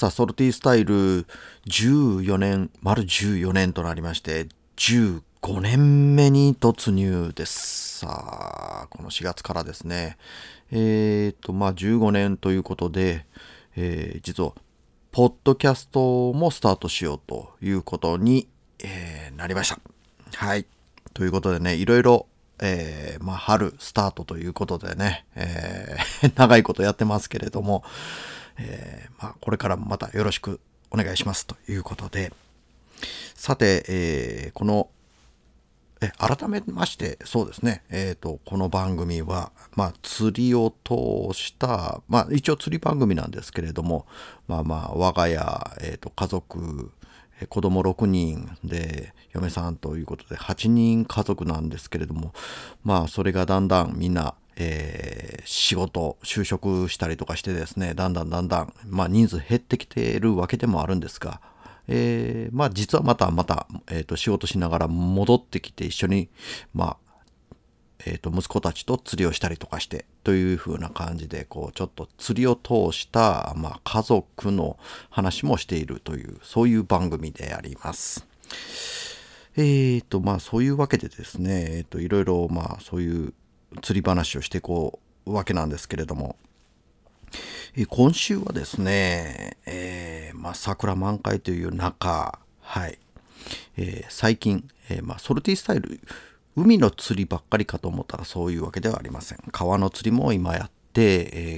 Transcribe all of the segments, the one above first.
さあ、ソルティスタイル14年、丸14年となりまして、15年目に突入です。さあ、この4月からですね。15年ということで、実は、ポッドキャストもスタートしようということに、なりました。はい。ということでね、いろいろ、春スタートということでね、長いことやってますけれども、これからもまたよろしくお願いしますということで、さて、改めましてそうですね、この番組は、釣りを通した、一応釣り番組なんですけれども、我が家、家族、子供6人で嫁さんということで8人家族なんですけれども、それがだんだんみんな仕事就職したりとかしてですね、だんだん、人数減ってきているわけでもあるんですが、実はまた、仕事しながら戻ってきて一緒に、息子たちと釣りをしたりとかしてという風な感じで、ちょっと釣りを通した、家族の話もしているという、そういう番組であります。そういうわけでですね、いろいろ、そういう釣り話をしていこうわけなんですけれども、今週はですね、桜満開という中、はい、最近、ソルティスタイル、海の釣りばっかりかと思ったらそういうわけではありません。川の釣りも今やって、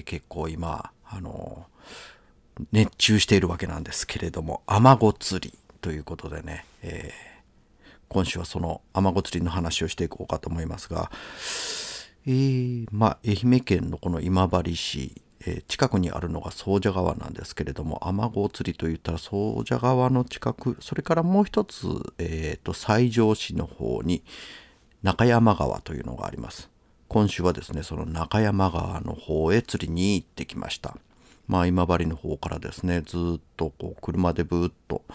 結構今、熱中しているわけなんですけれども、アマゴ釣りということでね、今週はそのアマゴ釣りの話をしていこうかと思いますが、愛媛県のこの今治市、近くにあるのが総社川なんですけれども、アマゴ釣りといったら総社川の近く、それからもう一つ、西条市の方に中山川というのがあります。今週はですね、その中山川の方へ釣りに行ってきました。今治の方からですね、ずっと車でブーッと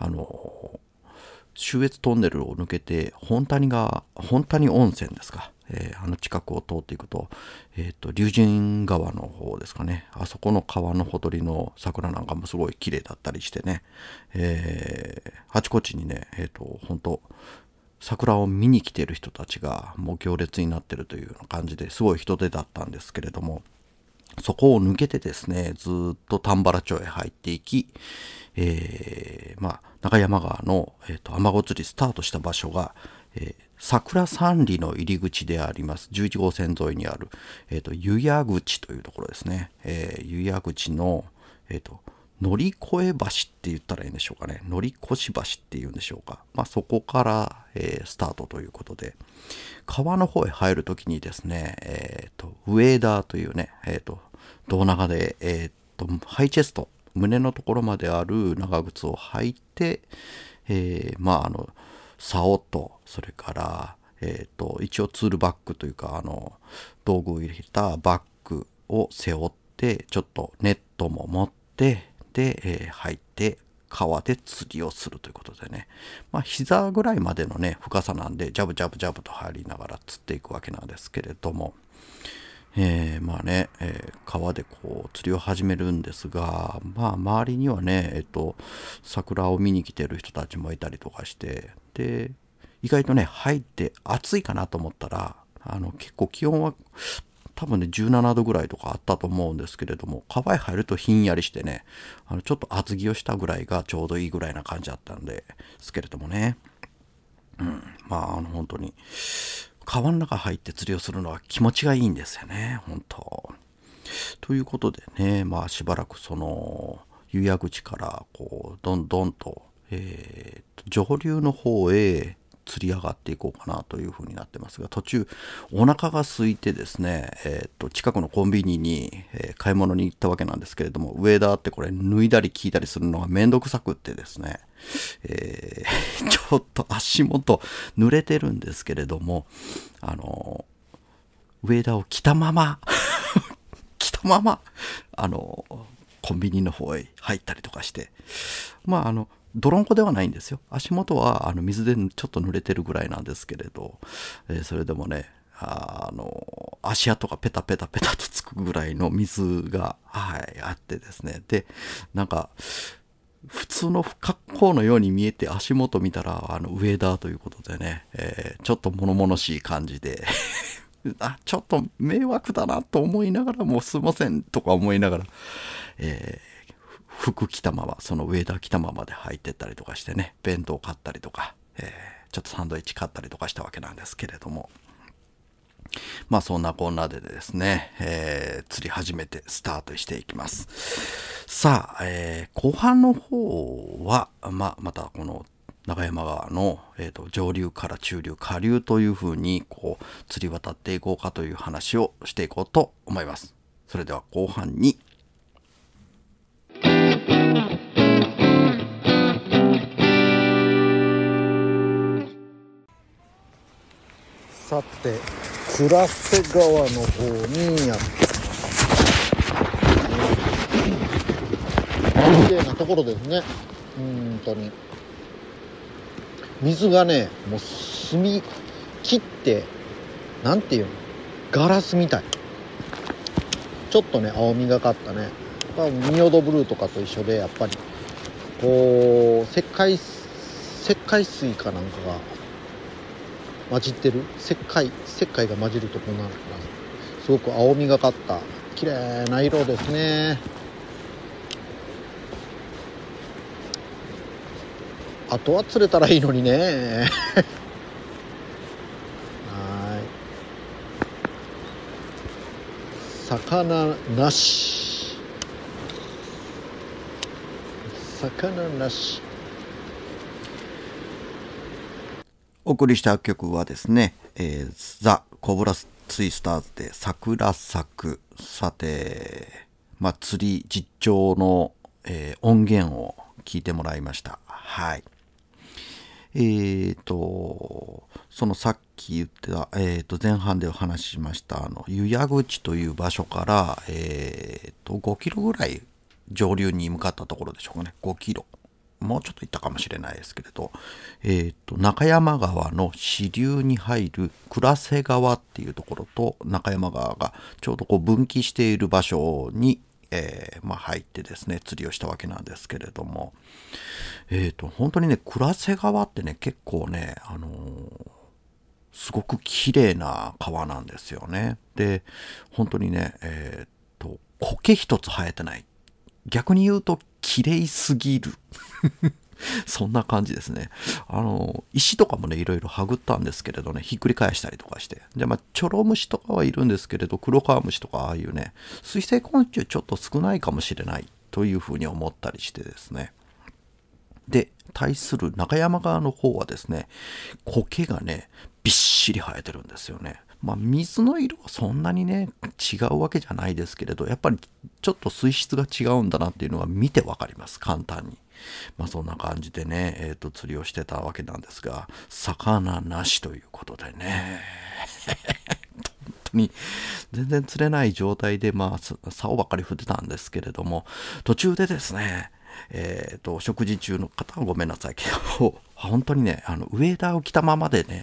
中越トンネルを抜けて本谷温泉ですか、近くを通っていくと、龍神川の方ですかね、あそこの川のほとりの桜なんかもすごい綺麗だったりしてね、あちこちにね、本当桜を見に来ている人たちがもう行列になってるというような感じですごい人出だったんですけれども、そこを抜けてですね、ずっと丹原町へ入っていき、中山川の、アマゴ釣りスタートした場所が、桜三里の入り口であります11号線沿いにある、湯屋口というところですね。湯屋口の、乗り越え橋って言ったらいいんでしょうかね。乗り越し橋っていうんでしょうか。そこから、スタートということで、川の方へ入るときにですね、ウェーダーというね、胴長で、ハイチェスト、胸のところまである長靴を履いて、竿と、それから、一応ツールバッグというか、道具を入れたバッグを背負って、ちょっとネットも持って、で、入って川で釣りをするということでね、膝ぐらいまでのね深さなんでジャブジャブジャブと入りながら釣っていくわけなんですけれども、川で釣りを始めるんですが、周りにはね、桜を見に来てる人たちもいたりとかして、で意外とね入って暑いかなと思ったら、結構気温は多分ね17度ぐらいとかあったと思うんですけれども、川へ入るとひんやりしてね、ちょっと厚着をしたぐらいがちょうどいいぐらいな感じだったんですけれどもね、本当に川の中入って釣りをするのは気持ちがいいんですよね、本当。ということでね、しばらくその湯屋口からどんどんと、上流の方へ釣り上がっていこうかなというふうになってますが、途中お腹が空いてですね、近くのコンビニに、買い物に行ったわけなんですけれども、ウェーダーってこれ脱いだり聞いたりするのがめんどくさくってですね、ちょっと足元濡れてるんですけれども、ウェーダーを着たままコンビニの方へ入ったりとかして、泥んこではないんですよ。足元は水でちょっと濡れてるぐらいなんですけれど、それでもね、 足跡がペタペタペタとつくぐらいの水が、はい、あってですね。で、なんか、普通の格好のように見えて足元見たら上だということでね、ちょっと物々しい感じでちょっと迷惑だなと思いながらもすいませんとか思いながら、服着たままその上田着たままで入ってったりとかしてね、弁当買ったりとか、ちょっとサンドイッチ買ったりとかしたわけなんですけれども、まあそんなこんなでですね、釣り始めてスタートしていきます。さあ、後半の方は、またこの中山川の、上流から中流下流というふうにこう釣り渡っていこうかという話をしていこうと思います。それでは後半に。さて、倉瀬川の方にやって綺麗なところですね。本当に水がね、もう澄み切って、なんていうの、ガラスみたい。ちょっとね、青みがかったね。仁淀ブルーとかと一緒で、やっぱりこう石灰水かなんかが混じってる、石灰が混じるとこうなるから、すごく青みがかった綺麗な色ですね。あとは釣れたらいいのにねはい、魚なしお送りした曲はですね、ザ・コブラツイスターズで桜咲く。さて、釣り実況の、音源を聞いてもらいました。はい。そのさっき言ってた、前半でお話ししました湯屋口という場所から、5キロぐらい上流に向かったところでしょうかね。5キロ。もうちょっと行ったかもしれないですけれど、中山川の支流に入る倉瀬川っていうところと中山川がちょうどこう分岐している場所に、入ってですね、釣りをしたわけなんですけれども、本当にね、倉瀬川ってね、結構ね、すごく綺麗な川なんですよね。で、本当にね、苔一つ生えてない。逆に言うと、綺麗すぎる。そんな感じですね。石とかもね、いろいろはぐったんですけれどね、ひっくり返したりとかして。で、チョロムシとかはいるんですけれど、黒川虫とかああいうね、水生昆虫ちょっと少ないかもしれないというふうに思ったりしてですね。で、対する中山側の方はですね、苔がね、びっしり生えてるんですよね。水の色はそんなにね、違うわけじゃないですけれど、やっぱりちょっと水質が違うんだなっていうのが見てわかります、簡単に。そんな感じでね、釣りをしてたわけなんですが、魚なしということでね、本当に全然釣れない状態で、竿ばっかり振ってたんですけれども、途中でですね、食事中の方はごめんなさいけど、本当にね、ウェーダーを着たままでね、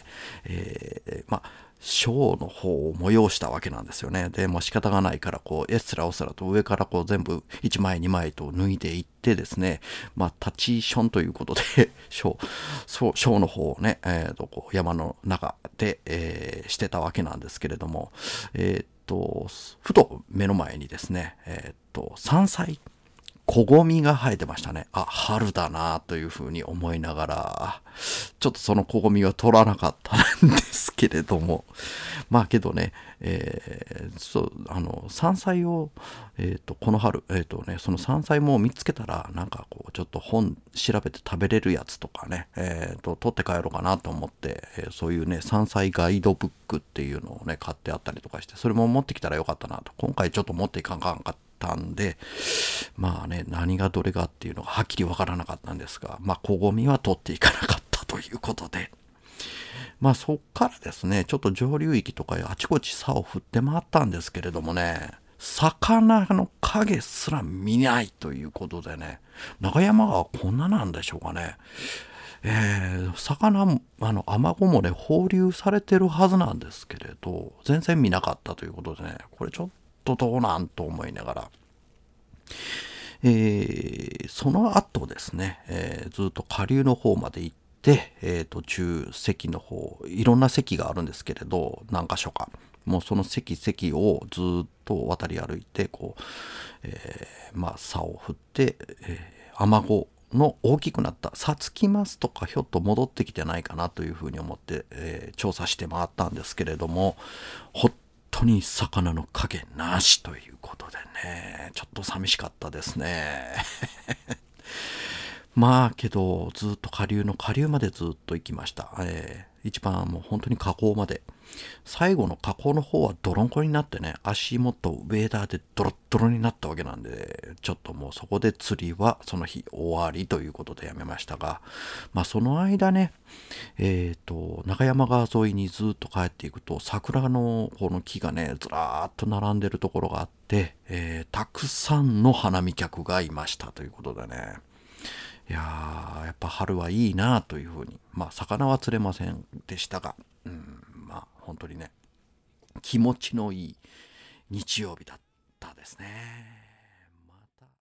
ショーの方を催したわけなんですよね。で、もう仕方がないから、こう、エスラオスラと上からこう全部1枚2枚と脱いでいってですね、タチションということで、ショーの方をね、こう山の中で、してたわけなんですけれども、ふと目の前にですね、山菜、小ごみが生えてましたね。春だなというふうに思いながら、ちょっとその小ごみは取らなかったんですけれども、けどね、山菜を、この春、その山菜も見つけたら、なんかこう、ちょっと本調べて食べれるやつとかね、取って帰ろうかなと思って、そういうね、山菜ガイドブックっていうのをね、買ってあったりとかして、それも持ってきたらよかったなと。今回ちょっと持っていかんかったんで、何がどれがっていうのがはっきりわからなかったんですが、小ごみは取っていかなかったということで、そっからですね、ちょっと上流域とかあちこち竿を振って回ったんですけれどもね、魚の影すら見ないということでね、中山川はこんななんでしょうかね。魚アマゴもね、放流されてるはずなんですけれど、全然見なかったということでね、これちょっとどうなんと思いながら、その後ですね、ずっと下流の方まで行って、中堰の方、いろんな堰があるんですけれど、何箇所か。もうその堰をずっと渡り歩いて、こう、竿を振って、アマゴの大きくなったサツキマスとかひょっと戻ってきてないかなというふうに思って、調査して回ったんですけれども、本当に魚の影なしということでね、ちょっと寂しかったですね。まあけど、ずっと下流までずっと行きました。一番もう本当に河口まで。最後の河口の方は泥んこになってね、足元ウェーダーでドロッドロになったわけなんで、ちょっともうそこで釣りはその日終わりということでやめましたが、まあその間ね、中山川沿いにずっと帰っていくと、桜のこの木がね、ずらーっと並んでるところがあって、たくさんの花見客がいましたということでね、いやー、やっぱ春はいいなというふうに、まあ魚は釣れませんでしたが、まあ本当にね、気持ちのいい日曜日だったですね。